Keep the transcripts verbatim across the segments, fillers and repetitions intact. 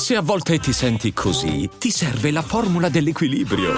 Se a volte ti senti così, ti serve la formula dell'equilibrio.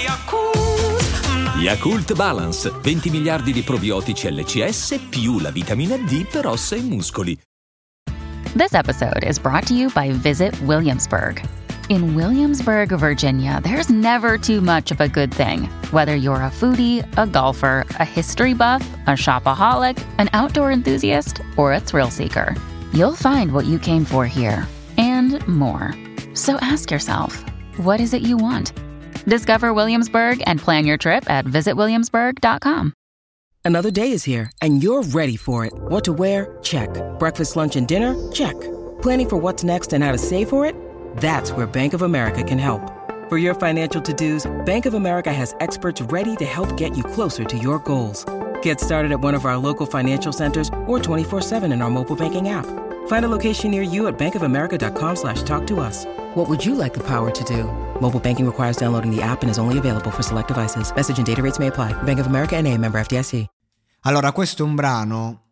Yakult Balance, venti miliardi di probiotici L C S più la vitamina D per ossa e muscoli. This episode is brought to you by Visit Williamsburg. In Williamsburg, Virginia, there's never too much of a good thing. Whether you're a foodie, a golfer, a history buff, a shopaholic, an outdoor enthusiast, or a thrill seeker, you'll find what you came for here and more. So ask yourself, what is it you want? Discover Williamsburg and plan your trip at visit williamsburg dot com. Another day is here, and you're ready for it. What to wear? Check. Breakfast, lunch, and dinner? Check. Planning for what's next and how to save for it? That's where Bank of America can help. For your financial to-dos, Bank of America has experts ready to help get you closer to your goals. Get started at one of our local financial centers or twenty-four seven in our mobile banking app. Find a location near you at bankofamerica.com slash talk to us. What would you like the power to do? Mobile banking requires downloading the app and is only available for select devices. Message and data rates may apply. Bank of America N A, member F D I C. Allora, questo è un brano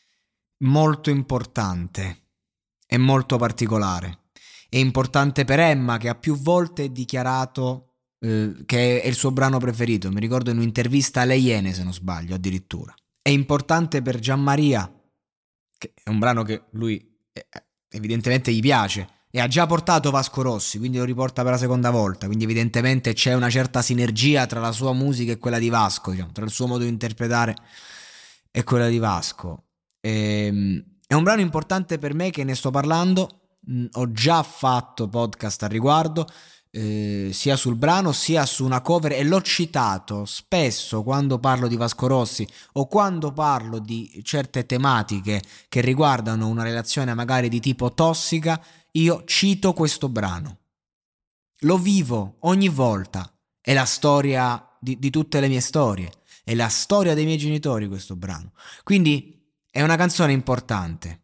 molto importante e molto particolare. È importante per Emma, che ha più volte dichiarato eh, che è il suo brano preferito. Mi ricordo in un'intervista alle Iene, se non sbaglio, addirittura. È importante per Gianmaria, che è un brano che lui eh, evidentemente gli piace, e ha già portato Vasco Rossi, quindi lo riporta per la seconda volta, quindi evidentemente c'è una certa sinergia tra la sua musica e quella di Vasco, diciamo, tra il suo modo di interpretare e quella di Vasco. E, è un brano importante per me, che ne sto parlando, mh, ho già fatto podcast al riguardo, eh, sia sul brano sia su una cover, e l'ho citato spesso quando parlo di Vasco Rossi o quando parlo di certe tematiche che riguardano una relazione magari di tipo tossica. Io cito questo brano, lo vivo ogni volta, è la storia di, di tutte le mie storie, è la storia dei miei genitori questo brano, quindi è una canzone importante.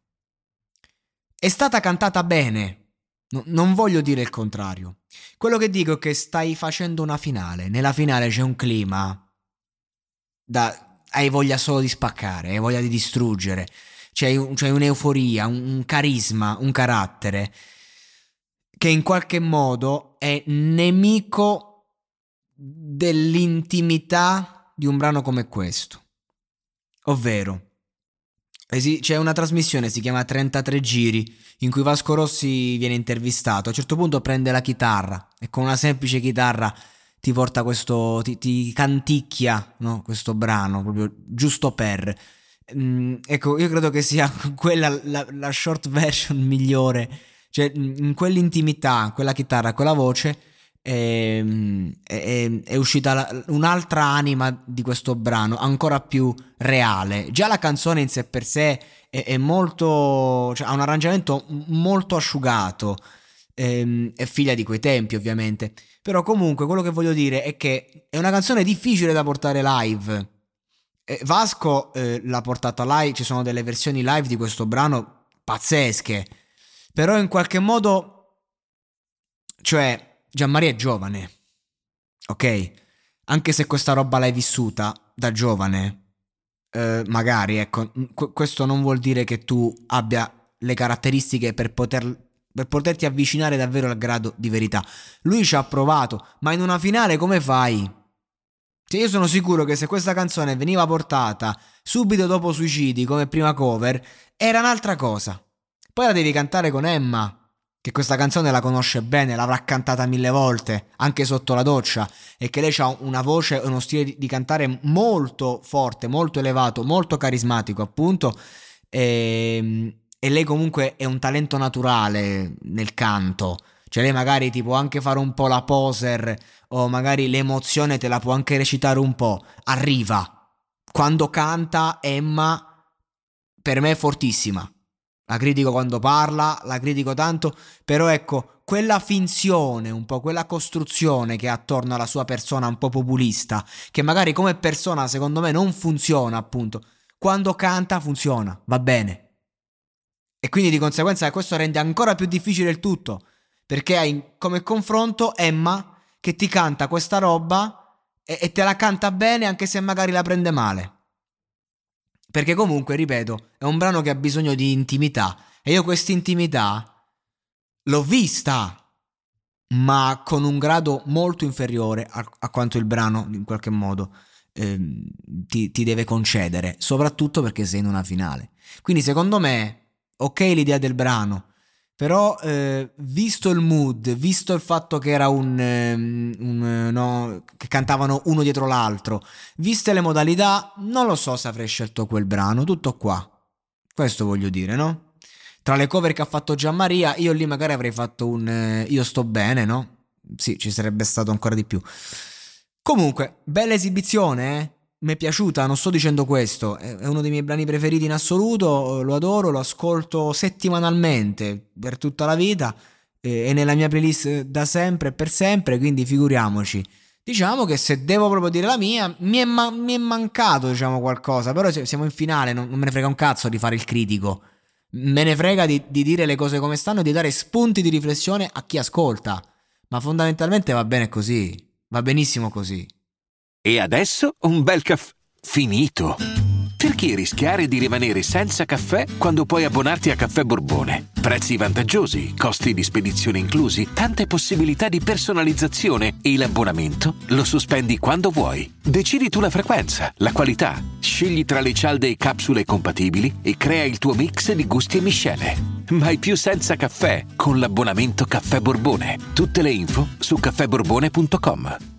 È stata cantata bene, no, non voglio dire il contrario, quello che dico è che stai facendo una finale, nella finale c'è un clima, da, hai voglia solo di spaccare, hai voglia di distruggere. C'è, un, c'è un'euforia, un, un carisma, un carattere che in qualche modo è nemico dell'intimità di un brano come questo. Ovvero, c'è una trasmissione, si chiama trentatré giri, in cui Vasco Rossi viene intervistato. A un certo punto prende la chitarra e con una semplice chitarra ti porta questo, ti, ti canticchia, no? Questo brano, proprio giusto per... Mm, ecco, io credo che sia quella la, la short version migliore, cioè in quell'intimità, quella chitarra, quella voce è, è, è uscita la, un'altra anima di questo brano, ancora più reale. Già la canzone in sé per sé è, è molto, cioè, ha un arrangiamento molto asciugato, è, è figlia di quei tempi ovviamente, però comunque quello che voglio dire è che è una canzone difficile da portare live. Vasco eh, l'ha portata live, ci sono delle versioni live di questo brano pazzesche, però in qualche modo, cioè Gianmaria è giovane, ok? Anche se questa roba l'hai vissuta da giovane, eh, magari, ecco, qu- questo non vuol dire che tu abbia le caratteristiche per poter per poterti avvicinare davvero al grado di verità. Lui ci ha provato, ma in una finale come fai? Cioè, io sono sicuro che se questa canzone veniva portata subito dopo Suicidi come prima cover, era un'altra cosa. Poi la devi cantare con Emma, che questa canzone la conosce bene, l'avrà cantata mille volte, anche sotto la doccia, e che lei ha una voce e uno stile di, di cantare molto forte, molto elevato, molto carismatico, appunto, e, e lei comunque è un talento naturale nel canto. Cioè lei magari ti può anche fare un po' la poser, o magari l'emozione te la può anche recitare un po'. Arriva. Quando canta Emma, per me è fortissima. La critico quando parla, la critico tanto, però ecco, quella finzione, un po' quella costruzione che ha attorno alla sua persona un po' populista, che magari come persona secondo me non funziona, appunto. Quando canta funziona, va bene. E quindi di conseguenza questo rende ancora più difficile il tutto, perché hai come confronto Emma che ti canta questa roba e, e te la canta bene anche se magari la prende male. Perché comunque, ripeto, è un brano che ha bisogno di intimità, e io questa intimità l'ho vista, ma con un grado molto inferiore a, a quanto il brano in qualche modo ehm, ti, ti deve concedere, soprattutto perché sei in una finale. Quindi secondo me, ok l'idea del brano, però eh, visto il mood, visto il fatto che era un, um, un no, che cantavano uno dietro l'altro, viste le modalità, non lo so se avrei scelto quel brano. Tutto qua, questo voglio dire, no? Tra le cover che ha fatto Gianmaria, io lì magari avrei fatto un eh, Io sto bene, no? Sì, ci sarebbe stato ancora di più. Comunque, bella esibizione, eh? Mi è piaciuta, non sto dicendo questo, è uno dei miei brani preferiti in assoluto, lo adoro, lo ascolto settimanalmente per tutta la vita, eh, è nella mia playlist da sempre e per sempre, quindi figuriamoci. Diciamo che se devo proprio dire la mia, mi è, ma- mi è mancato, diciamo, qualcosa, però siamo in finale, non, non me ne frega un cazzo di fare il critico. Me ne frega di, di dire le cose come stanno e di dare spunti di riflessione a chi ascolta. Ma fondamentalmente va bene così. Va benissimo così. E adesso un bel caffè finito. Perché rischiare di rimanere senza caffè quando puoi abbonarti a Caffè Borbone? Prezzi vantaggiosi, costi di spedizione inclusi, tante possibilità di personalizzazione e l'abbonamento lo sospendi quando vuoi. Decidi tu la frequenza, la qualità, scegli tra le cialde e capsule compatibili e crea il tuo mix di gusti e miscele. Mai più senza caffè con l'abbonamento Caffè Borbone. Tutte le info su caffè borbone punto com.